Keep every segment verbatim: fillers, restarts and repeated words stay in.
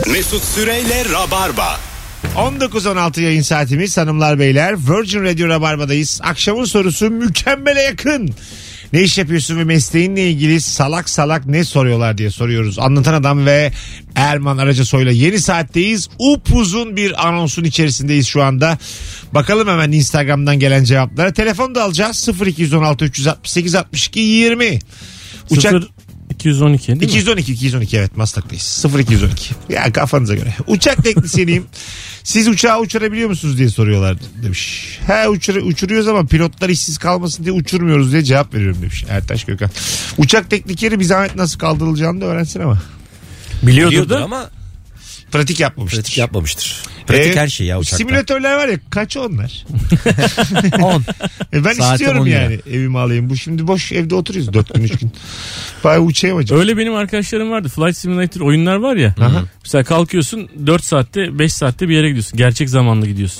Mesut Süreyle Rabarba. on dokuz on altı yayın saatimiz hanımlar beyler. Virgin Radio Rabarba'dayız. Akşamın sorusu mükemmele yakın. Ne iş yapıyorsun ve mesleğinle ilgili salak salak ne soruyorlar diye soruyoruz. Anlatan Adam ve Erman Aracasoy'la yeni saatteyiz. Upuzun bir anonsun içerisindeyiz şu anda. Bakalım hemen Instagram'dan gelen cevaplara. Telefon da alacağız. sıfır iki on altı üç altı sekiz altmış iki yirmi. Uçak... iki yüz on iki değil mi? iki yüz on iki iki yüz on iki evet Maslak'tayız. sıfır iki on iki. Ya kafanıza göre. Uçak teknisyeniyim. Siz uçağı uçurabiliyor musunuz diye soruyorlar demiş. He uçur, uçuruyoruz ama pilotlar işsiz kalmasın diye uçurmuyoruz diye cevap veriyorum demiş Ertaş Gökhan. Uçak teknikeri bir zahmet nasıl kaldırılacağını da öğrensin ama. Biliyordur, Biliyordur da ama pratik yapmamıştır. pratik yapmamıştır. Pratik Ee, her şey ya uçakta. Simülatörler var ya kaç onlar? on. E ben Saatim istiyorum on lira. yani evimi alayım. Bu şimdi boş evde oturuyoruz dört gün üç gün. Bayağı uçayım acaba. Öyle benim arkadaşlarım vardı. Flight Simulator oyunlar var ya. Aha. Mesela kalkıyorsun dört saatte beş saatte bir yere gidiyorsun. Gerçek zamanlı gidiyorsun.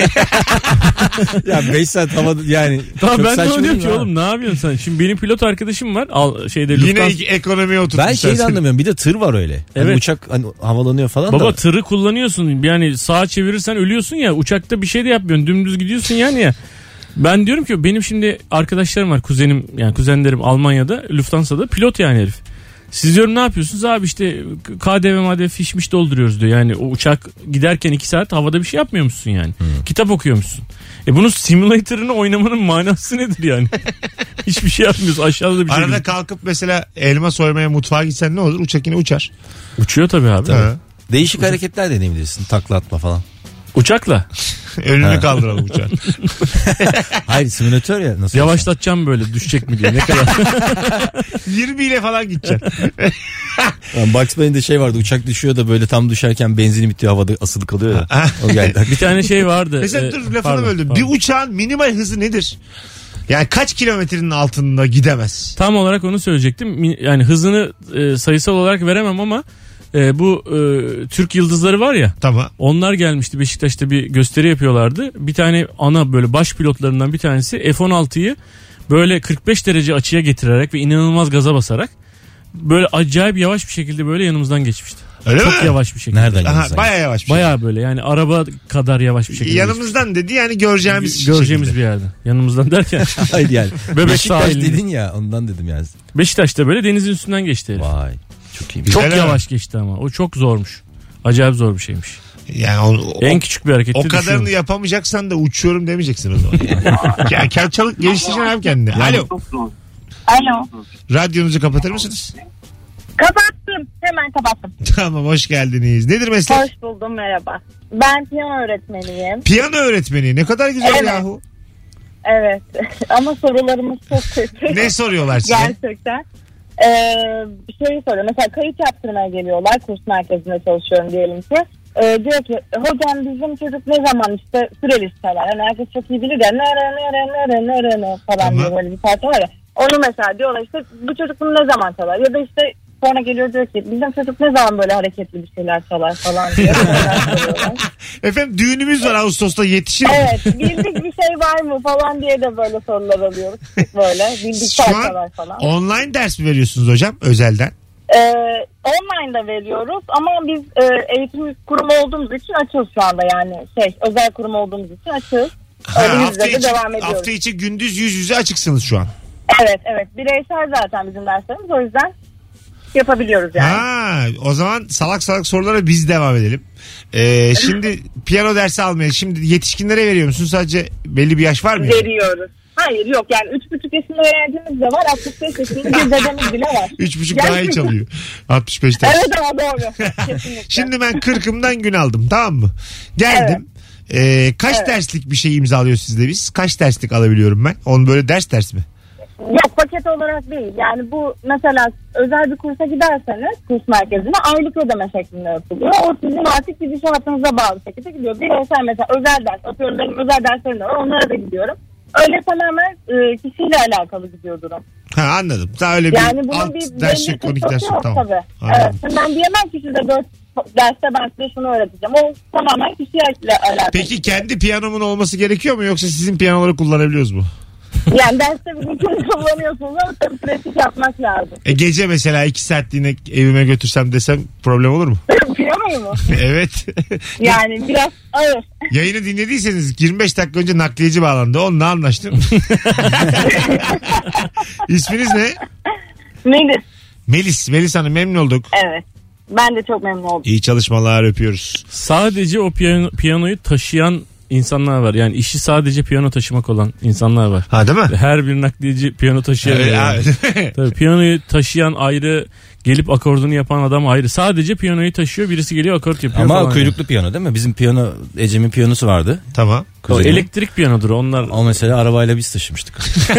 Ya beş saat havada yani. Tamam çok ben de saçma onu diyorum değil ki mi oğlum ne yapıyorsun sen? Şimdi benim pilot arkadaşım var. Al şeyde Yine Lufthansa. ekonomiye oturtmuşlar. Ben şeyi de seni. anlamıyorum. Bir de tır var öyle. Hani Evet. uçak hani havalanıyor falan Baba da. tırı kullanıyorsun. Yani sağa çevirirsen ölüyorsun ya. Uçakta bir şey de yapmıyorsun. Dümdüz gidiyorsun yani ya. Ben diyorum ki benim şimdi arkadaşlarım var. Kuzenim yani kuzenlerim Almanya'da Lufthansa'da pilot yani herif. Siz diyorum ne yapıyorsunuz? Abi işte K D V madde fişmiş dolduruyoruz diyor. Yani o uçak giderken iki saat havada bir şey yapmıyor musun yani? Hmm. Kitap okuyormuşsun. E bunun simülatörünü oynamanın manası nedir yani? Hiçbir şey yapmıyorsun. Aşağıda bir şey. Arada kalkıp mesela elma soymaya mutfağa gitsen ne olur? Uçak yine uçar. Uçuyor tabii abi. Tabii. Ha. Değişik hareketler deneyebilirsin. Takla atma falan. Uçakla. Önünü Ha. kaldıralım uçağın. Hayır simülatör ya. Nasıl Yavaşlatacağım böyle düşecek mi diye. Ne kadar. yirmi ile falan gideceksin. Yani Bugs Bunny'de şey vardı. Uçak düşüyor da böyle tam düşerken benzini bitiyor havada asılı kalıyor ya. O geldi. Bir tane şey vardı. Mesela e, dur lafını pardon, böldüm. pardon. Bir uçağın minimal hızı nedir? Yani kaç kilometrenin altında gidemez? Tam olarak onu söyleyecektim. Mi- Yani hızını e, sayısal olarak veremem ama e, bu e, Türk yıldızları var ya. Tamam. Onlar gelmişti Beşiktaş'ta bir gösteri yapıyorlardı. Bir tane ana böyle baş pilotlarından bir tanesi F on altıyı böyle kırk beş derece açıya getirerek ve inanılmaz gaza basarak böyle acayip yavaş bir şekilde böyle yanımızdan geçmişti. Öyle Çok mi? yavaş bir şekilde. Nereden Aha, yanınızdan? bayağı yavaş bir şey. Bayağı böyle yani araba kadar yavaş bir şekilde. Yanımızdan dedi yani göreceğimiz geçmişti. Göreceğimiz şekilde. bir yerde. Yanımızdan derken Hayır yani. Bebek Beşiktaş sahilinde. dedin ya ondan dedim yani. Beşiktaş'ta böyle denizin üstünden geçti herif. Vay. Çok iyi. Çok Güzel yavaş geçti ama. O çok zormuş. Acayip zor bir şeymiş. Yani o, o, En küçük bir hareketti o kadarını düşüyormuş. yapamayacaksan da uçuyorum demeyeceksin o zaman. Yani. Ya, ya, çalık geliştireceksin abi kendini. Alo. Alo. Radyonuzu kapatır mısınız? Kapattım. Hemen kapattım. Tamam hoş geldiniz. Nedir meslek? Hoş buldum, merhaba. Ben piyano öğretmeniyim. Piyano öğretmeni. Ne kadar güzel Evet. yahu. Evet. Ama sorularımız çok kötü. Ne soruyorlar size? Gerçekten. Ee, bir şey soruyor. Mesela kayıt yaptırmaya geliyorlar. Kurs merkezinde çalışıyorum diyelim ki. Ee, diyor ki hocam bizim çocuk ne zaman işte süreli isterler. Hani herkes çok iyi bilir ya. Nere nere nere nere nere falan Tamam. diye böyle bir parça var ya. Onu mesela diyorlar işte bu çocuk bunu ne zaman çalar? Ya da işte sonra geliyor diyor ki bizim çocuk ne zaman böyle hareketli bir şeyler çalar falan diyor. Efendim düğünümüz var Ağustos'ta yetişir mi? Evet, bildik bir şey var mı falan diye de böyle sorular alıyoruz. Böyle bildik Şu an parçalar falan. online ders mi veriyorsunuz hocam özelden? Ee, online da veriyoruz ama biz e, eğitim kurumu olduğumuz için açığız şu anda, yani şey özel kurum olduğumuz için açığız. Ha, Öyle yüz hafta, yüze de içi, devam ediyoruz. hafta içi gündüz yüz yüze açıksınız şu an. Evet evet, bireysel zaten bizim derslerimiz, o yüzden yapabiliyoruz yani. Ha, o zaman salak salak sorulara biz devam edelim. Ee, şimdi piyano dersi almaya şimdi yetişkinlere veriyor musun? Sadece belli bir yaş var mı? Veriyoruz. Hayır yok, yani üç buçuk yaşında öğrencimiz de var, altmış beş yaşında bir dedemiz bile var. Üç buçuk daha iyi Gerçekten. çalıyor. altmış beş ders. Evet ama doğru. Kesinlikle. Şimdi ben kırkımdan gün aldım, tamam mı? Geldim. Ee, kaç Evet. derslik bir şey imzalıyor sizde biz? Kaç derslik alabiliyorum ben? Onu böyle ders ders mi? Yok, paket olarak değil. Yani bu mesela özel bir kursa giderseniz kurs merkezine aylık ödeme şeklinde yapılıyor. O sizin artık gidişatınıza bağlı şekilde gidiyor. Bireysel mesela özel ders, atıyorum benim özel derslerim de var, onlara da gidiyorum. Öyle tamamen e, kişiyle alakalı gidiyor durum. Ha anladım. Daha öyle bir Yani bunun alt bir ders belli yok, on iki kısmı ders yok. yok Tamam. tabii. Anladım. Evet. Şimdi ben diyemem ki size dört derste ben size şunu öğreteceğim. O tamamen kişiyle alakalı. Peki kendi piyanomun olması gerekiyor mu yoksa sizin piyanoları kullanabiliyoruz mu? Yani derste bizimkini kullanıyorsunuz ama tabii pratik yapmak lazım. E gece mesela iki saatliğine evime götürsem desem problem olur mu? Piyanoyu mu? Evet. Yani biraz ağır. Yayını dinlediyseniz yirmi beş dakika önce nakliyeci bağlandı. Onunla anlaştım. İsminiz ne? Melis. Melis. Melis Hanım memnun olduk. Evet. Ben de çok memnun oldum. İyi çalışmalar, öpüyoruz. Sadece o piyano, piyanoyu taşıyan insanlar var. Yani işi sadece piyano taşımak olan insanlar var. Ha değil mi? Her bir nakliyeci piyano taşıyamıyor. Evet, yani. evet. Tabii piyanoyu taşıyan ayrı, gelip akordunu yapan adam ayrı. Sadece piyanoyu taşıyor, birisi geliyor akort yapıyor Ama falan. kuyruklu piyano değil mi? Bizim piyano, Ecem'in piyanosu vardı. Tamam. O Kuzenim. elektrik piyanodur onlar. O mesela arabayla biz taşımıştık.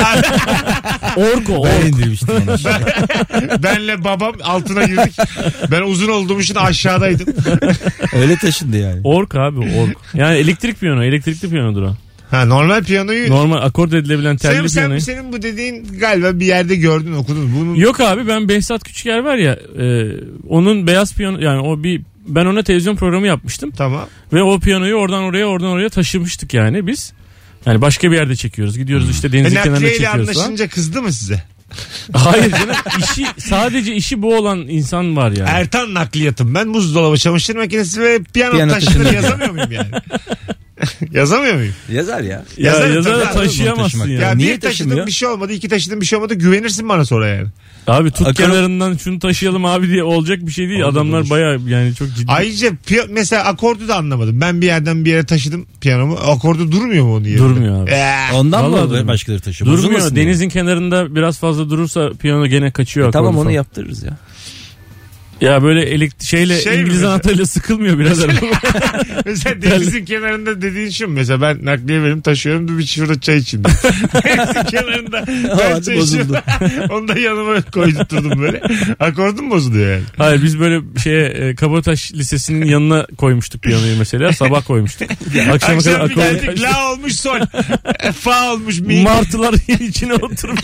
Orko, Ben ork. indirmiştim onu aşağıya. Benle babam altına girdik. Ben uzun olduğum için aşağıdaydım. Öyle taşındı yani. Ork abi, ork. Yani elektrik piyano, elektrikli piyanodur o. Ha, normal piyanoyu... Normal akord edilebilen telli Sen, sen, piyanoyu. senin bu dediğin galiba bir yerde gördün, okudun. Bunun... Yok abi, ben Behzat Küçüker var ya, e, onun beyaz piyano, yani o bir, ben ona televizyon programı yapmıştım. Tamam. Ve o piyanoyu oradan oraya oradan oraya taşımıştık yani biz. Yani başka bir yerde çekiyoruz. Gidiyoruz işte denizin E, kenarında nakliyeyle çekiyoruz falan. anlaşınca kızdı mı size? Hayır canım, işi, sadece işi bu olan insan var yani. Ertan nakliyatım ben, buzdolabı, çamaşır makinesi ve piyano, Piyano taşınır taşınır. yazamıyor muyum yani? Yazamıyor muyum? Yazar ya. Ya Yazarım yazar da tabii. taşıyamazsın Taşımak. ya. Ya Niye bir taşıdım taşımıyor? bir şey olmadı, iki taşıdım bir şey olmadı, güvenirsin bana sonra yani. Abi tut Akor- kenarından şunu taşıyalım abi diye olacak bir şey değil. Oldu, Adamlar olur. baya yani çok ciddi. Ayrıca piy- mesela akordu da anlamadım. Ben bir yerden bir yere taşıdım piyanomu. Akordu durmuyor mu onun yerinde? Durmuyor abi. Ee, Ondan Vallahi mı durmuyor. başkaları taşıyor? Durmuyor. Bozulmasın diye. Denizin kenarında biraz fazla durursa piyano gene kaçıyor. E akordu tamam onu falan. yaptırırız ya. Ya böyle elektrik şeyle Şey mi İngiliz mesela? anahtarıyla sıkılmıyor biraz. mesela denizin kenarında dediğin şu mu? Mesela ben nakliye benim taşıyorum, dur bir şurada çay içeyim. Denizin kenarında ben Hadi çay bozuldu. içiyorum. Onu da yanıma koydurturdum böyle. Akordum bozuluyor yani. Hayır, biz böyle şeye e, Kabataş Lisesi'nin yanına koymuştuk piyanoyu mesela. Sabah koymuştuk. Akşama kadar Akşam bir akor. geldik, la olmuş sol. Fa olmuş mi. Martılar içine oturmuş.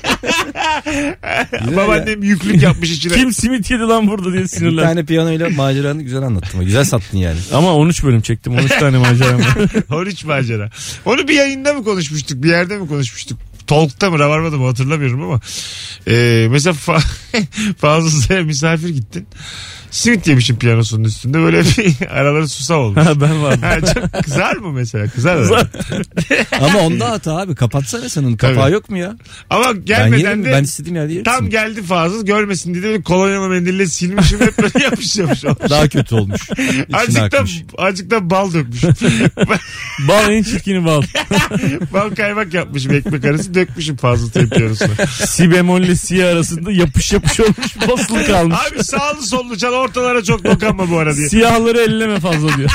Babaannem yüklük yapmış içine. Kim simit yedi lan burada diye Bir sinirlen. tane piyanoyla maceranı güzel anlattım. Güzel sattın yani. Ama on üç bölüm çektim. on üç tane maceram var. on üç macera. Onu bir yayında mı konuşmuştuk? Bir yerde mi konuşmuştuk? Talk'ta mı, Rabarba'da mı hatırlamıyorum ama. Ee, mesela fa- Fazıl'ya misafir gittin. Simit yemişim piyanosunun üstünde. Böyle bir araları susam olmuş. Ha, ben vardım. Ha, çok kızar mı mesela? Kızar mı? Kızar. Ama onda hata abi. Kapatsana senin. Kapağı Tabii. yok mu ya? Ama Ben gelmeden yerim. de Ben istediğim yerde yersin. tam geldi Fazıl, görmesin diye de böyle kolonyalı mendille silmişim, hep böyle yapış yapış olmuş. Daha kötü olmuş. İçine Azıcık da, akmış. azıcık da bal dökmüş. Bal en çirkini bal. Bal kaymak yapmışım ekmek arası, dökmüşüm Fazıl Tep piyanosuna. Si bemolle si arasında yapış yapış olmuş, basılı kalmış. Abi sağlı sollu çal, ortalara çok dokanma bu ara diye. Siyahları elleme fazla diyor.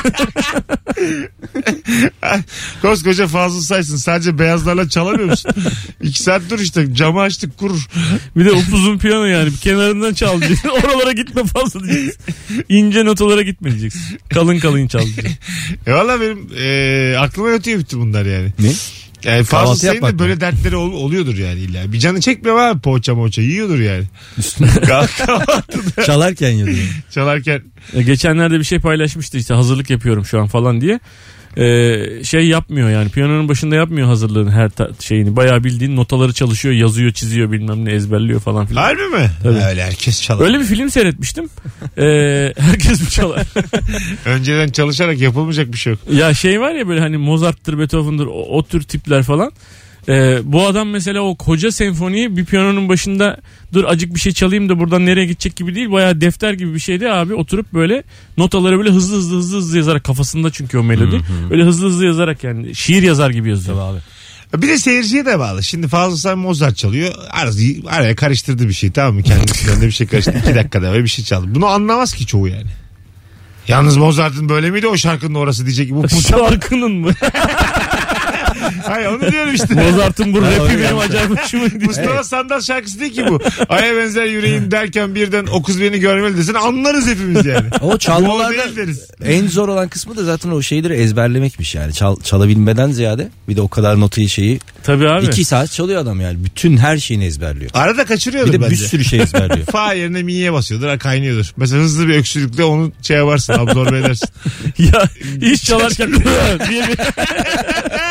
Koskoca Fazıl Saysın, sadece beyazlarla çalamıyor musun? İki saat dur işte, camı açtık kurur. Bir de upuzun piyano yani. Kenarından çal diyeceksin. Oralara gitme fazla diyeceksin. İnce notalara gitme diyeceksin. Kalın kalın çal diyeceksin. E valla benim e, aklıma yatıyor bütün bunlar yani. Ne? Yani Fazıl Kahvaltı Say'ın yapmak da mı? böyle dertleri ol- oluyordur yani illa. Bir canı çekmiyor abi, poğaça moğaça yiyordur yani. Kahvaltıda Çalarken yazıyor. çalarken. E, geçenlerde bir şey paylaşmıştı işte, hazırlık yapıyorum şu an falan diye. Ee, şey yapmıyor yani, piyanonun başında yapmıyor hazırlığın her ta- şeyini. Bayağı bildiğin notaları çalışıyor, yazıyor, çiziyor, bilmem ne ezberliyor falan filan. Harbi mi? Tabii. Öyle herkes çalar. Öyle bir film seyretmiştim. Ee, herkes mi çalar? Önceden çalışarak yapılmayacak bir şey yok. Ya şey var ya böyle hani Mozart'tır, Beethoven'dır, o, o tür tipler falan. Ee, bu adam mesela o koca senfoniyi bir piyanonun başında dur acık bir şey çalayım da buradan nereye gidecek gibi değil. Bayağı defter gibi bir şeydi abi, oturup böyle notaları böyle hızlı hızlı hızlı hızlı yazarak, kafasında çünkü o melodi. Böyle hızlı hızlı yazarak, yani şiir yazar gibi yazıyor. Tabii abi. Bir de seyirciye de bağlı. Şimdi Fazıl Say Mozart çalıyor. Arası, araya karıştırdı bir şey, tamam mı? Kendisinden de bir şey karıştırdı. İki dakikada böyle bir şey çaldı. Bunu anlamaz ki çoğu yani. Yalnız Mozart'ın böyle miydi o şarkının orası diyecek. Bu Şarkının mı? Hayır, onu diyorum işte. Mozart'ın bu rapi benim acayip hoşuma gidiyor. Mustafa Sandal şarkısı değil ki bu. Aya benzer yüreğim derken birden okuz beni görmeli desen anlarız hepimiz yani. O Bu o çalmalarda değil deriz. en zor olan kısmı da zaten o şeyleri ezberlemekmiş yani. Çal, çalabilmeden ziyade bir de o kadar notayı şeyi. Tabii abi. iki saat çalıyor adam yani. Bütün her şeyini ezberliyor. Arada kaçırıyordur Bir de bence. bir sürü şey ezberliyor. Fa yerine mi'ye basıyordur, ha, kaynıyordur. Mesela hızlı bir öksürükle onu şey yaparsın, absorbe edersin. Ya iş çalarken diye bir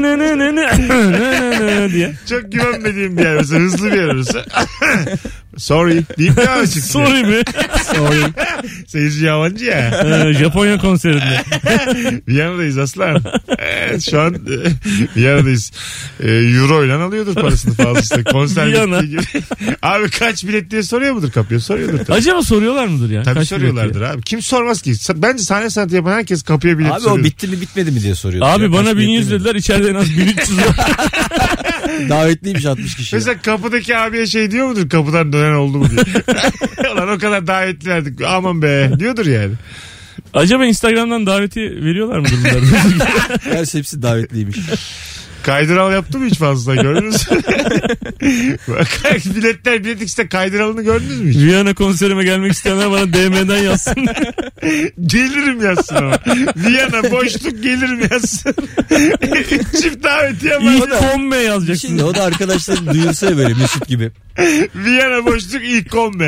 ne ne ne ne diye. Çok güvenmediğim bir yer mesela, hızlı bir yer orası. Sorry deyip devam çıktı. Sorry mi? Sorry. Seyirci yabancı ya. Ee, Japonya konserinde. Viyana'dayız aslan. Evet, şu an e, Viyana'dayız. E, Euro ile alıyordur parasını fazlasıyla. Konser Viyana. bittiği gibi. Abi kaç bilet diye soruyor mudur kapıya? Soruyordur tabii. Acaba soruyorlar mıdır ya? Tabii Kaç soruyorlardır bilet abi. Kim sormaz ki? Bence sahne sanatı yapan herkes kapıya bilet Abi soruyor. o bitti mi bitmedi mi diye soruyor. diye? Abi Ya, bana kaç bin yüz bitti mi? dediler, içeride en az bin üç yüz var. Davetliymiş altmış kişi. Mesela kapıdaki abiye şey diyor mudur? Kapıdan dönen oldu mu diye. Ulan o kadar davetli verdik. Aman be diyordur yani. Acaba Instagram'dan daveti veriyorlar mıdır bunlar? Gerçi hepsi davetliymiş. Kaydıral yaptı mı hiç fazla, gördünüz mü? Bak, biletler Bilet X'te kaydıralını gördünüz mü hiç? Viyana konserime gelmek isteyenler bana D M'den yazsın. Gelirim yazsın ama. Viyana boşluk gelirim yazsın. Çift davetiye var. İlk kombe yazacaksın. Şimdi o da arkadaşlar duyursa ya böyle Mesut gibi. Viyana boşluk ilk kombe.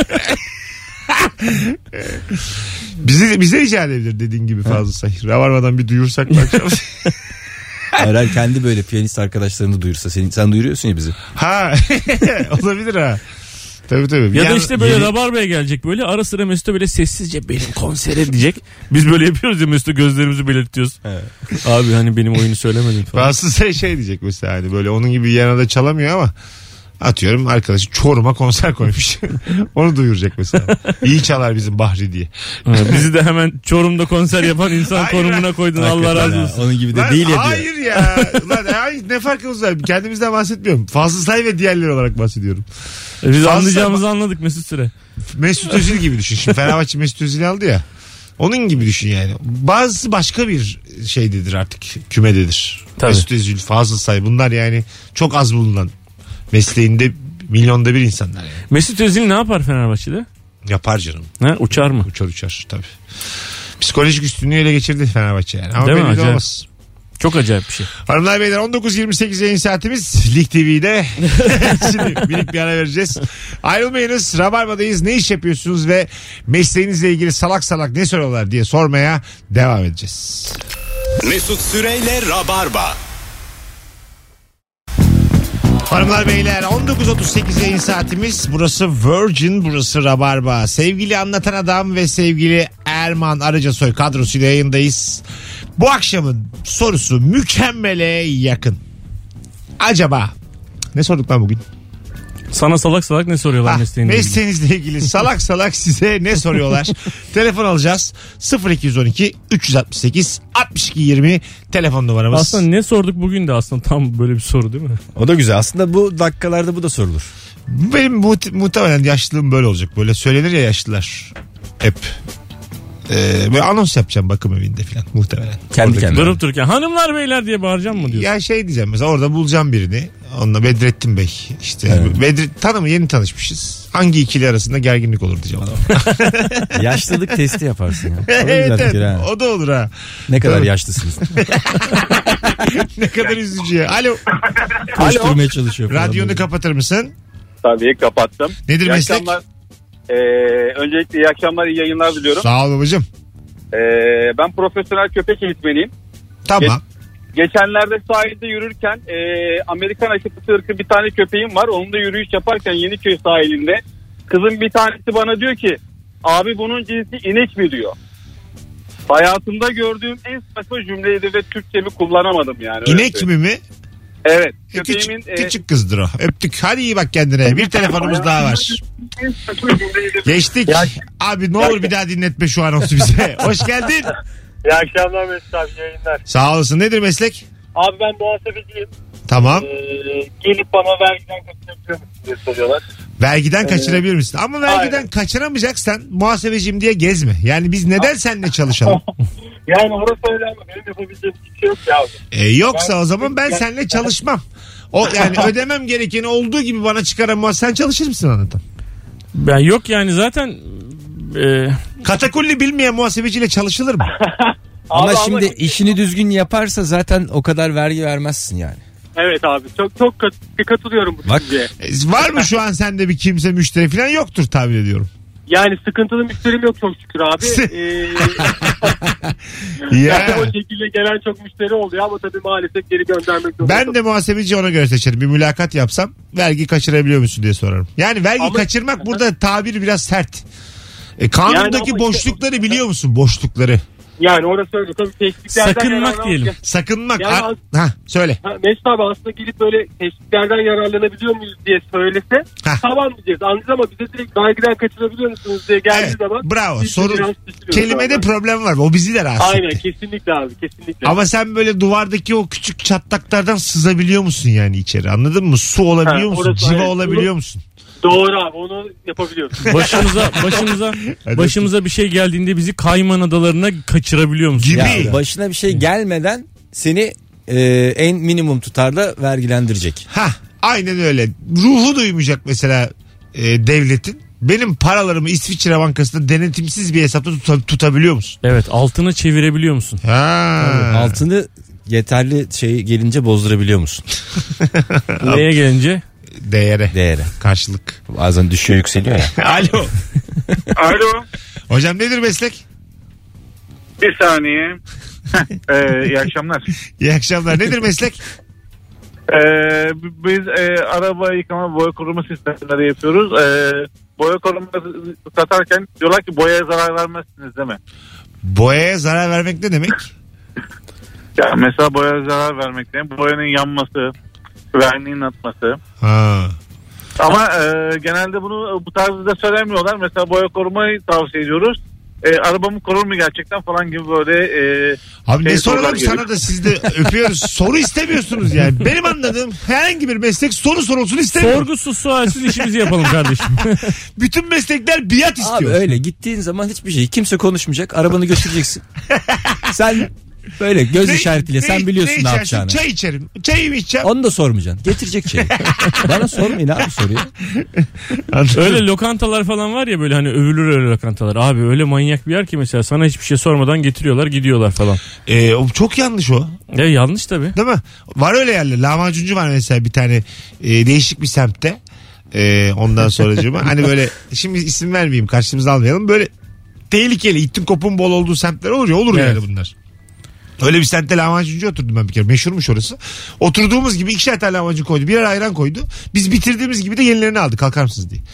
bize, bize rica edebilir dediğin gibi fazla sayı. Ravarmadan bir duyursak mı akşam? Hayır, kendi böyle piyanist arkadaşlarını duyursa. Sen, sen duyuruyorsun ya bizi. Ha olabilir ha. Tabii tabii. Ya Yani da işte böyle yeni... Rabarba'ya gelecek böyle, ara sıra Mesut'a böyle sessizce benim konsere diyecek. Biz böyle yapıyoruz ya, Mesut'a gözlerimizi belirtiyoruz. Evet. Abi hani benim oyunu söylemedin falan. Bazısı şey diyecek mesela, hani böyle onun gibi yanında çalamıyor ama atıyorum arkadaşı Çorum'a konser koymuş. Onu duyuracak mesela. İyi çalar bizim Bahri diye. Evet, bizi de hemen Çorum'da konser yapan insan Hayır, konumuna koydun, Allah Hakikaten razı ha, olsun. Onun gibi de Lan değil ya. hayır ya. Lan ay, ne farkımız var? Kendimizden bahsetmiyorum. Fazıl Say ve diğerleri olarak bahsediyorum. E Biz Fazla- anlayacağımızı anladık Mesut Süre. Mesut Özil gibi düşün. Şimdi Fenerbahçe Mesut Özil'i aldı ya. Onun gibi düşün yani. Bazısı başka bir şeydedir artık. Kümededir. Tabii. Mesut Özil, Fazıl Say, bunlar yani çok az bulunan, mesleğinde milyonda bir insanlar yani. Mesut Özil ne yapar Fenerbahçe'de? Yapar canım. Ha, uçar mı? Uçar uçar tabii. Psikolojik üstünlüğü ele geçirdi Fenerbahçe yani. Ama Değil mi? belli de Acayip. olmaz. Çok acayip bir şey. Hanımlar beyler, on dokuz yirmi sekiz yayın saatimiz Lig T V'de. Şimdi minik bir ara vereceğiz. Ayrılmayınız. Rabarba'dayız. Ne iş yapıyorsunuz ve mesleğinizle ilgili salak salak ne soruyorlar diye sormaya devam edeceğiz. Mesut Süreyle Rabarba. Hanımlar beyler, on dokuz otuz sekiz yayın saatimiz. Burası Virgin, burası Rabarba. Sevgili Anlatan Adam ve sevgili Erman Arıcasoy kadrosuyla yayındayız. Bu akşamın sorusu mükemmele yakın. Acaba ne sorduk lan bugün? Sana salak salak ne soruyorlar Ah, mesleğinle ilgili? mesleğinizle ilgili salak salak size ne soruyorlar? Telefon alacağız. sıfır iki on iki üç altı sekiz altmış iki yirmi telefon numaramız. Aslında ne sorduk bugün de aslında tam böyle bir soru değil mi? O da güzel. Aslında bu dakikalarda bu da sorulur. Benim muht- muhtemelen yaşlılığım böyle olacak. Böyle söylenir ya yaşlılar hep. Ee, böyle anons yapacağım bakım evinde falan muhtemelen. Kendi Oradaki- kendine. Durup dururken hanımlar beyler diye bağıracağım mı diyorsun? Ya şey diyeceğim mesela, orada bulacağım birini. Onunla Bedrettin Bey işte. Evet. Bedret tanımı yeni tanışmışız. Hangi ikili arasında gerginlik olur diyeceğim adama. Yaşlılık testi yaparsın ya. O da Evet, güzel fikir evet, ha. o da olur ha. Ne kadar Tabii. yaşlısınız. Ne kadar üzücü ya. Alo. Koşturmaya çalışıyor falan. Radyonu kapatır mısın? Tabii kapattım. Nedir İyi meslek? akşamlar. Ee, öncelikle iyi akşamlar, iyi yayınlar diliyorum. Sağ ol babacığım. Ee, ben profesyonel köpek eğitmeniyim. Tamam. Geçenlerde sahilde yürürken e, Amerikan aşıklısı ırkı bir tane köpeğim var. Onunla yürüyüş yaparken Yeniköy sahilinde kızım bir tanesi bana diyor ki abi bunun cinsi inek mi diyor. Hayatımda gördüğüm en saçma cümleydi ve Türkçemi kullanamadım yani. öyle İnek söyleyeyim. mi mi? Evet. E, Köpeğimin küçük, e, küçük kızdır o. Öptük. Hadi iyi bak kendine. Bir telefonumuz daha var. en saçma cümleydi. Geçtik. Ya- Abi ne olur bir daha dinletme şu anonsu bize. Hoş geldin. İyi akşamlar Mesut abi, yayınlar. Sağ olasın. Nedir meslek? Abi ben muhasebeciyim. Tamam. Ee, gelip bana vergiden kaçırabiliyor musun diye soruyorlar. Vergiden kaçırabilir misin? Ama vergiden Aynen. kaçıramayacaksan muhasebeciyim diye gezme. Yani biz neden seninle çalışalım? Yani orası öyle ama benim yapabileceğim bir şey yok ya abi. E, yoksa Ben- o zaman ben seninle çalışmam. O yani ödemem gerekeni olduğu gibi bana çıkaran muhasebe, sen çalışır mısın anlatan? Ben yok yani zaten e, Katakulli bilmeyen muhasebeciyle çalışılır mı? Ama Abi şimdi ama- işini düzgün yaparsa zaten o kadar vergi vermezsin yani. Evet abi, çok çok kat- katılıyorum bu Bak. düşünceye. E, var mı şu an sende bir kimse müşteri falan yoktur tahmin ediyorum. Yani sıkıntılı müşterim yok çok şükür abi. ee, Ya. yani o şekilde gelen çok müşteri oluyor ama tabii maalesef geri göndermek zorunda. Ben de muhasebeci ona göre seçerim. Bir mülakat yapsam vergi kaçırabiliyor musun diye sorarım. Yani vergi Ama- kaçırmak burada tabir biraz sert. E, kanundaki Yani ama boşlukları işte- biliyor musun? Boşlukları. Yani orası öyle tabii teşviklerden Sakınmak yararlan- diyelim. Sakınmak. Yani Ha, az- ha, söyle. Ha, Mesut abi aslında gelip böyle teşviklerden yararlanabiliyor muyuz diye söylese Hah. tamam diyeceğiz. Anladın ama bize direkt vergiden kaçırabiliyor musunuz diye geldiği Evet, zaman. bravo. biz de Soru biraz düşünüyoruz kelimede abi. problem var. O bizi de rahatsız Aynen etti. kesinlikle abi kesinlikle. Ama sen böyle duvardaki o küçük çatlaklardan sızabiliyor musun yani içeri? Anladın mı? Su olabiliyor Ha, musun? orası- Civa evet, olabiliyor su- musun? Doğru abi onu yapabiliyoruz. Başımıza başımıza Hadi başımıza bir şey geldiğinde bizi Kayman Adalarına kaçırabiliyor musun? Gibi. Ya başına bir şey gelmeden seni e, en minimum tutarda vergilendirecek. Ha, aynen öyle. Ruhu duymayacak mesela e, devletin. Benim paralarımı İsviçre Bankası'nda denetimsiz bir hesapta tuta- tutabiliyor musun? Evet, altını çevirebiliyor musun? Ha. Altını yeterli şey gelince bozdurabiliyor musun? Neye gelince? Değere. Değere. Karşılık. Bazen düşüyor yükseliyor ya. Alo. Alo. Hocam nedir meslek? Bir saniye. ee, iyi akşamlar. İyi akşamlar. Nedir meslek? Ee, biz e, araba yıkama boya koruma sistemleri yapıyoruz. Ee, boya koruması satarken diyorlar ki boyaya zarar vermezsiniz değil mi? Boyaya zarar vermek ne demek? Ya mesela boyaya zarar vermek değil mi? Boyanın yanması, verniğin atması. Ha. Ama e, genelde bunu bu tarzda söylemiyorlar. Mesela boya korumayı tavsiye ediyoruz. E, arabamı korur mu gerçekten falan gibi böyle e, Abi ne şey soralım sorular sana geliyor. da siz de öpüyoruz. Soru istemiyorsunuz yani. Benim anladığım herhangi bir meslek soru sorulsun istemiyor. Sorgusuz sualsiz işimizi yapalım kardeşim. Bütün meslekler biat Abi istiyor. öyle gittiğin zaman hiçbir şey kimse konuşmayacak, arabanı götüreceksin. Sen böyle göz işaretiyle sen biliyorsun ne, içersin? yapacağını. Çay içerim. Çayımı içeceğim. Onu da sormayacaksın. Getirecek çayı. Bana sormayın abi soruyu. Öyle lokantalar falan var ya, böyle hani övülür öyle lokantalar. Abi öyle manyak bir yer ki mesela sana hiçbir şey sormadan getiriyorlar gidiyorlar falan. Ee, o çok yanlış o. Ya yanlış tabii. Değil mi? Var öyle yerler. Lahmacuncu var mesela bir tane e, değişik bir semtte. E, ondan sonracığıma. Hani böyle şimdi isim vermeyeyim, karşımıza almayalım. Böyle tehlikeli, ittin kopun bol olduğu semtler olur ya, olur Evet. yani bunlar. Öyle bir semtte lahmacuncu oturdum ben bir kere. Meşhurmuş orası. Oturduğumuz gibi ikişer tane lahmacun koydu. Birer ayran koydu. Biz bitirdiğimiz gibi de yenilerini aldık. Kalkar mısınız diye.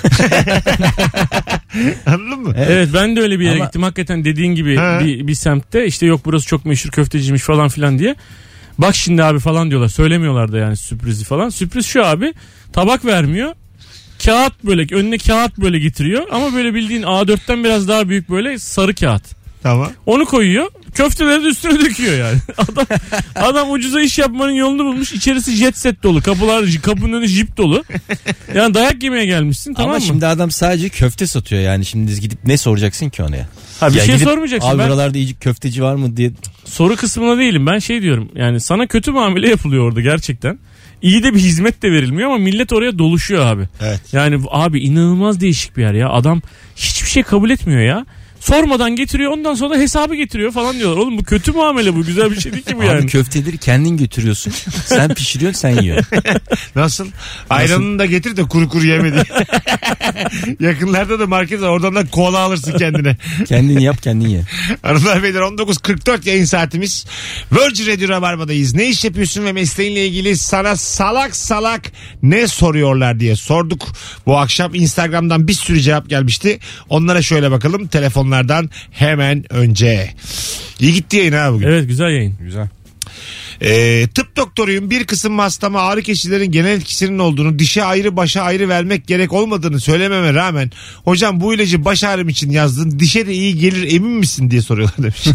Anladın mı? Evet, ben de öyle bir yere Ama- gittim. Hakikaten dediğin gibi Ha. bir, bir semtte işte yok burası çok meşhur köfteciymiş falan filan diye. Bak şimdi abi falan diyorlar. Söylemiyorlar da yani sürprizi falan. Sürpriz şu abi, tabak vermiyor. Kağıt böyle önüne kağıt böyle getiriyor. Ama böyle bildiğin A dörtten biraz daha büyük böyle sarı kağıt. Tamam. Onu koyuyor. Köfteleri de üstüne döküyor yani. Adam adam ucuza iş yapmanın yolunu bulmuş. İçerisi jet set dolu. Kapılar, kapının önü jip dolu. Yani dayak yemeye gelmişsin, tamam Ama mı? şimdi adam sadece köfte satıyor yani. Şimdi gidip ne soracaksın ki ona ya? Ha, bir Ya şey gidip, sormayacaksın. Abi Ben buralarda iyice köfteci var mı diye. soru kısmına değilim. Ben şey diyorum. Yani sana kötü muamele yapılıyor orada gerçekten. İyi de bir hizmet de verilmiyor ama millet oraya doluşuyor abi. Evet. Yani abi inanılmaz değişik bir yer ya. Adam hiçbir şey kabul etmiyor ya. Sormadan getiriyor, ondan sonra da hesabı getiriyor falan diyorlar. Oğlum bu kötü muamele, bu güzel bir şey değil ki bu Abi yani. köfteleri kendin götürüyorsun. Sen pişiriyorsun, sen yiyorsun. Nasıl? Ayranını da getir de kuru kuru yeme diye. Yakınlarda da market var. Oradan da kola alırsın kendine. Kendin yap, kendin ye. Hanımlar beyler, on dokuz kırk dört yayın saatimiz. Virgin Radio Rabarba'dayız. Ne iş yapıyorsun ve mesleğinle ilgili sana salak salak ne soruyorlar diye sorduk. Bu akşam Instagram'dan bir sürü cevap gelmişti. Onlara şöyle bakalım. Telefonlardan hemen önce. İyi gitti yayın ha bugün. Evet, güzel yayın. Güzel. Ee, tıp doktoruyum. Bir kısım hastama ağrı kesicilerin genel etkisinin olduğunu, dişe ayrı başa ayrı vermek gerek olmadığını söylememe rağmen hocam bu ilacı baş ağrım için yazdın, dişe de iyi gelir emin misin diye soruyorlar demiş.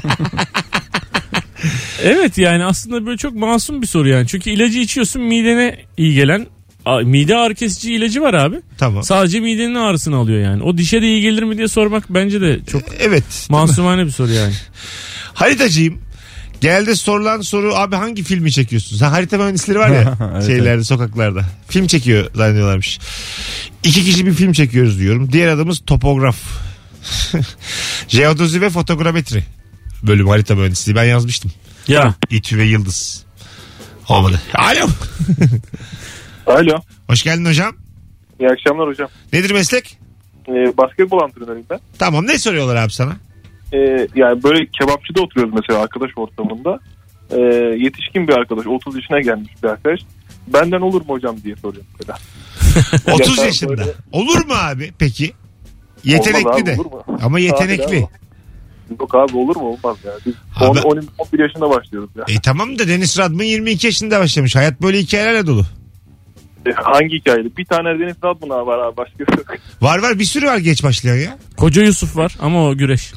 Evet, yani aslında böyle çok masum bir soru yani. Çünkü ilacı içiyorsun, midene iyi gelen a- mide ağrı kesici ilacı var abi. Tamam. Sadece midenin ağrısını alıyor yani. O dişe de iyi gelir mi diye sormak bence de çok Evet. masumane bir soru yani. Haritacıyım. Genelde sorulan soru abi hangi filmi çekiyorsun? Sen harita mühendisleri var ya Evet, şeylerde, sokaklarda. Film çekiyor zannediyorlarmış. İki kişi bir film çekiyoruz diyorum. Diğer adımız topograf. Jeodozi ve fotogrametri bölüm harita mühendisliği. Ben yazmıştım. Ya İTÜ ve Yıldız. Olmadı. Alo. Alo. Hoş geldin hocam. İyi akşamlar hocam. Nedir meslek? e, basketbol antrenörüyüm ben. Tamam, ne soruyorlar abi sana? E, yani böyle kebapçıda oturuyoruz mesela arkadaş ortamında. E, yetişkin bir arkadaş, otuz yaşına gelmiş bir arkadaş. Benden olur mu hocam diye soruyor mesela. otuz Ya yaşında. böyle... Olur mu abi peki? Yetenekli abi, de. olur mu? Ama yetenekli. Abi, yok abi, olur mu? Olmaz ya. Biz Abi... on bir yaşında başlıyoruz ya. E tamam da Deniz Radman yirmi iki yaşında başlamış. Hayat böyle hikayelerle dolu. E, hangi hikayeli? Bir tane Deniz Radman abi var abi, başka yok. Var var, bir sürü var geç başlayan ya. Koca Yusuf var ama o güreş.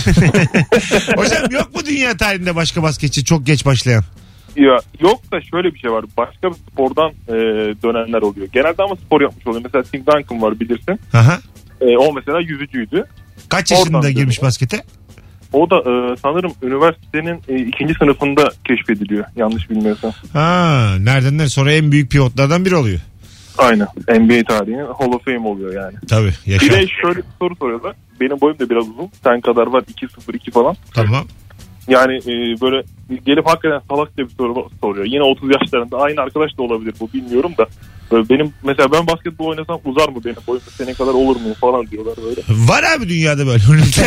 Hocam yok mu dünya tarihinde başka basketçi çok geç başlayan? Ya yok da şöyle bir şey var. Başka bir spordan e, dönenler oluyor. Genelde ama spor yapmış oluyor. Mesela Tim Duncan var, bilirsin. Aha. E, o mesela yüzücüydü. Kaç yaşında Oradan girmiş dönüyor. baskete? O da e, sanırım üniversitenin e, ikinci sınıfında keşfediliyor. Yanlış bilmiyorsam. Ha, nereden nereye? Sonra en büyük pivotlardan biri oluyor. Aynen. N B A tarihinin Hall of Fame oluyor yani. Tabii. Yaşa. Bir de şöyle bir soru soruyorlar. Benim boyum da biraz uzun. Sen kadar var, iki sıfır iki falan. Tamam. Yani e, böyle gelip hakikaten salakça bir soru soruyor. Yine otuz yaşlarında, aynı arkadaş da olabilir bu, bilmiyorum da. Böyle benim mesela, ben basketbol oynasam uzar mı benim boyum, senin kadar olur mu falan diyorlar böyle. Var abi dünyada böyle örnekler.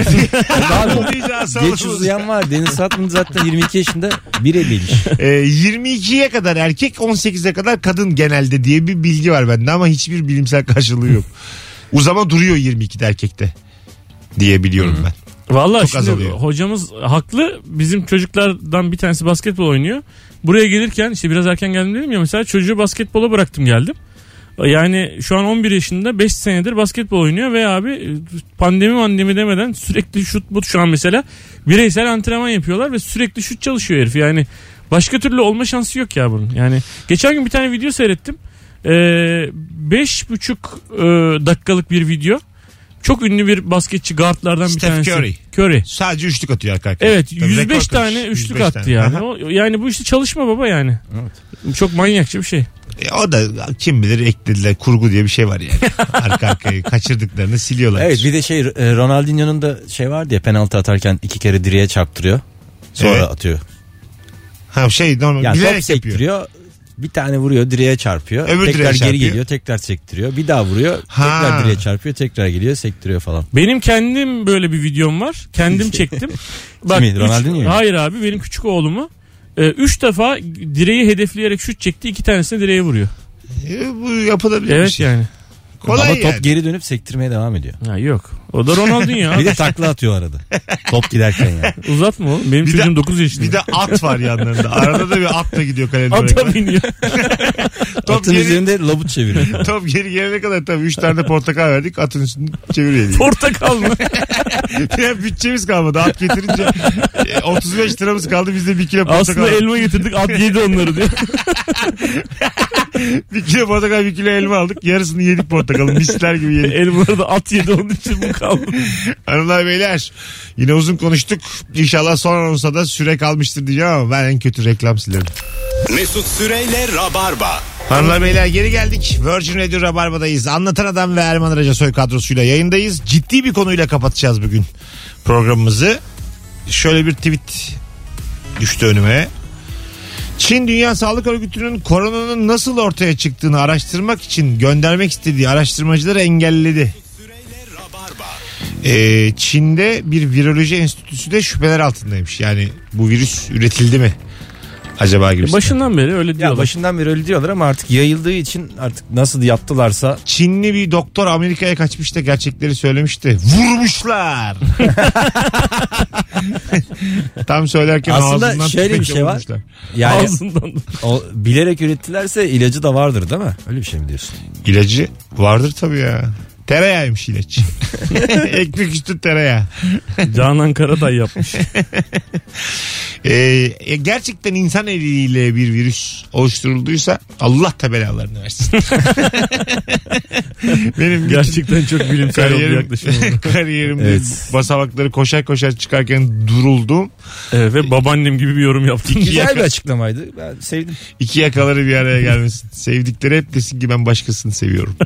Geç uzayan var. Deniz Radman zaten yirmi iki yaşında bir eliymiş. e, yirmi ikiye kadar erkek, on sekize kadar kadın genelde diye bir bilgi var bende ama hiçbir bilimsel karşılığı yok. Uzama duruyor yirmi ikide erkekte diye biliyorum ben. Vallahi Çok şimdi hocamız haklı. Bizim çocuklardan bir tanesi basketbol oynuyor. Buraya gelirken işte biraz erken geldim dedim ya, mesela çocuğu basketbola bıraktım geldim. Yani şu an on bir yaşında, beş senedir basketbol oynuyor ve abi pandemi mandemi demeden sürekli şut but, şu an mesela bireysel antrenman yapıyorlar ve sürekli şut çalışıyor herif. Yani başka türlü olma şansı yok ya bunun. Yani geçen gün bir tane video seyrettim. Ee, beş buçuk e, dakikalık bir video. Çok ünlü bir basketçi, guardlardan Steph bir tanesi. Curry. Curry. Sadece üçlük atıyor arka arkaya. Evet, Tabii yüz beş rekor tane kırmış. üçlük yüz beş attı tane. yani. Aha. O, yani bu işte çalışma baba yani. Evet. Çok manyakça bir şey. E, o da kim bilir eklediler, kurgu diye bir şey var yani. Arka arkayı kaçırdıklarını siliyorlar. Evet, bir de şey Ronaldinho'nun da şey vardı ya, penaltı atarken iki kere direğe çarptırıyor. Sonra Evet. atıyor. Ha şey normal Yani top bilerek yapıyor. sektiriyor. Bir tane vuruyor, direğe çarpıyor. Öbür tekrar direğe geri çarpıyor. geliyor, tekrar sektiriyor. Bir daha vuruyor, Ha. tekrar direğe çarpıyor, tekrar geliyor, sektiriyor falan. Benim kendim böyle bir videom var. Kendim çektim. Bak, Kimi? üç- Ronaldinho mu? Hayır abi, benim küçük oğlumu e, üç defa direği hedefleyerek şut çekti. İki tanesini direğe vuruyor. E, bu yapılabilir bir Evet şey. yani. Kolay Ama top yani. geri dönüp sektirmeye devam ediyor. Ha, yok. O da Ronaldinho. Bir de takla atıyor arada. Top giderken yani. Uzatma oğlum. Benim Bir çocuğum de- dokuz yaşında. Bir de at var yanlarında. Arada da bir at da gidiyor kalenin ata oraya. biniyor. Top Atın geri, üzerinde labut çeviriyor. top geri gelene kadar tabii üç tane de portakal verdik. Atın üstünü çeviriyor. diye. Portakal mı? Ya bütçemiz kalmadı. At getirince e, otuz beş liramız kaldı. Biz de bir kilo portakal. Aslında elma getirdik, at yedi onları diyor. Bir kilo portakal, bir kilo elma aldık. Yarısını yedik portakalın. Misler gibi yedik. Elmaları da at yedi, onun için bu kaldı. Hanımlar beyler, yine uzun konuştuk. İnşallah son anonsa da süre kalmıştır diyeceğim ama ben en kötü reklam silerim. Mesut Süreyle Rabarba. Hanımlar beyler, geri geldik. Virgin Radio Rabarba'dayız. Anlatan Adam ve Erman Araca Soy kadrosuyla yayındayız. Ciddi bir konuyla kapatacağız bugün programımızı. Şöyle bir tweet düştü önüme. Çin Dünya Sağlık Örgütü'nün koronanın nasıl ortaya çıktığını araştırmak için göndermek istediği araştırmacıları engelledi. Ee, Çin'de bir viroloji enstitüsü de şüpheler altındaymış. Yani bu virüs üretildi mi acaba gibi. Başından beri öyle diyorlar. Ya başından beri öyle diyorlar ama artık yayıldığı için artık nasıl yaptılarsa. Çinli bir doktor Amerika'ya kaçmış da gerçekleri söylemişti. Vurmuşlar. Tam söylerken Aslında ağzından şöyle bir tüfekle şey var. vurmuşlar. Yani Ağzından. o, bilerek ürettilerse ilacı da vardır değil mi? Öyle bir şey mi diyorsun? İlacı vardır tabii ya. Tereyağıymış ilaç. Ekmek üstü tereyağı. Canan Karatay yapmış. Ee, gerçekten insan eliyle bir virüs oluşturulduysa Allah da belalarını versin. Benim bütün Gerçekten çok bilimsel oldu kariyerim, yaklaşım oldu. kariyerimde Evet. basamakları koşar koşar çıkarken duruldum. Evet, ve babaannem gibi bir yorum yaptın. Güzel bir açıklamaydı. Ben sevdim. İki yakaları bir araya gelmesin. Sevdikleri hep desin ki ben başkasını seviyorum.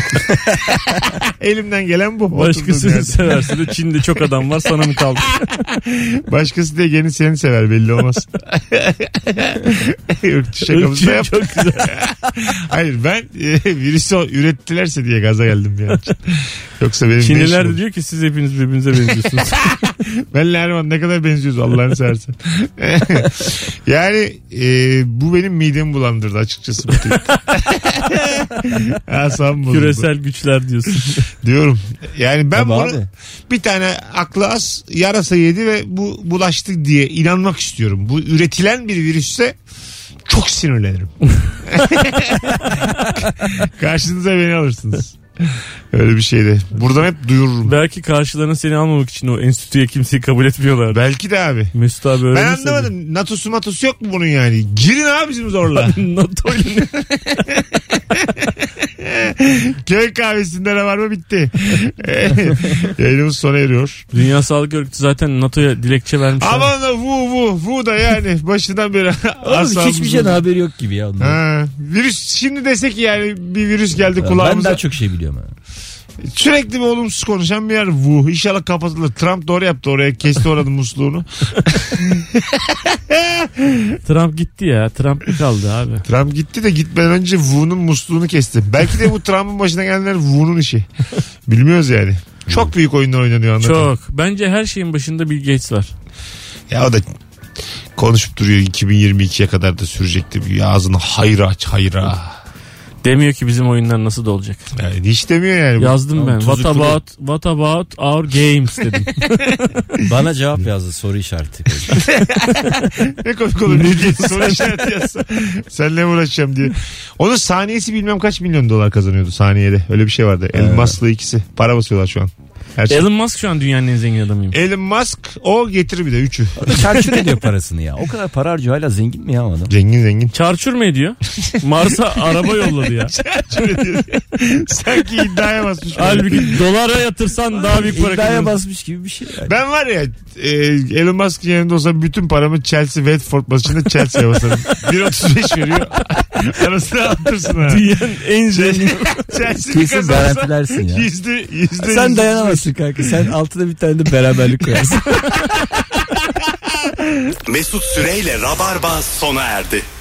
Elimden gelen bu. Oturduğum Başkasını yerde. severse de Çin'de çok adam var, sana mı kaldı? Başkası diye gene seni sever. ver belli olmaz. Irkçı şakamızı da yap. Çok güzel. Hayır ben e, virüsü ürettilerse diye gaza geldim bir an. Yoksa benim Çinliler de diyor ki siz hepiniz birbirinize benziyorsunuz. Benle Erman ne kadar benziyoruz Allah'ını seversen. Yani e, bu benim midemi bulandırdı açıkçası. Asam bozuldu. Küresel güçler diyorsun. Diyorum. Yani ben Tabii bunu abi. bir tane aklı az yarasa yedi ve bu bulaştı diye inanmak istiyorum. Bu üretilen bir virüsse çok sinirlenirim. Karşınıza beni alırsınız. Öyle bir şeydi. Buradan hep duyururum. Belki karşılarına seni almamak için o enstitüye kimseyi kabul etmiyorlar. Belki de abi. Mesut abi Ben öğrenirse. anlamadım. NATO'su matosu yok mu bunun yani? Girin abi bizim zorla. NATO ile. Köy kahvesinde ne var mı bitti. Yayınımız sona eriyor. Dünya Sağlık Örgütü zaten NATO'ya dilekçe vermiş. Aman da vu vu vu da yani başından beri Oğlum asabımız hiçbir şeyden bozuldu. haberi yok gibi ya. Ha, virüs şimdi desek yani bir virüs geldi Ben kulağımıza. daha çok şey biliyorum. Ha. Sürekli bir olumsuz konuşan bir yer. Vu inşallah kapatılır. Trump doğru yaptı oraya kesti oranın musluğunu. Trump gitti ya. Trump bir kaldı abi. Trump gitti de gitmeden önce Vu'nun musluğunu kesti. Belki de bu Trump'ın başına gelenler Vu'nun işi. Bilmiyoruz yani. Çok büyük oyunlar oynanıyor anlatan. Çok. Bence her şeyin başında Bill Gates var. Ya o da konuşup duruyor iki bin yirmi ikiye kadar da sürecekti. Bir ağzını hayra aç hayra. Demiyor ki bizim oyunlar nasıl da olacak. Yani hiç demiyor yani. Yazdım Tamam, ben. tuzu What kuru. about, what about our games dedim. Bana cevap yazdı soru işareti. Ne komik olur. Ne diye soru işareti yazsa. Senle mi uğraşacağım diye. Onun saniyesi bilmem kaç milyon dolar kazanıyordu saniyede. Öyle bir şey vardı. Elon Musk'la ikisi. Para basıyorlar şu an. Her şey. Elon Musk şu an dünyanın en zengin adamıymış. Elon Musk o getir bir de üçü. Çarçur ediyor parasını ya. O kadar para harcıyor hala zengin mi ya adam? Zengin zengin. Çarçur mu ediyor? Mars'a araba yolladı ya. Sanki iddiaya basmış. Halbuki dolara yatırsan daha büyük para İddiaya kazanırsın. basmış gibi bir şey yani. Ben var ya e, Elon Musk'ın yanında olsam bütün paramı Chelsea Watford maçında Chelsea'ye basarım. bir otuz beş veriyor. Arasına attırsın ha. Dünyanın en zengin. Chelsea'nin Kesin kazansa garantilersin ya. yüzde yüzde Sen yüz dayanamazsın kanka. Sen altına bir tane de beraberlik koyarsın. Mesut Süreyle Rabarba sona erdi.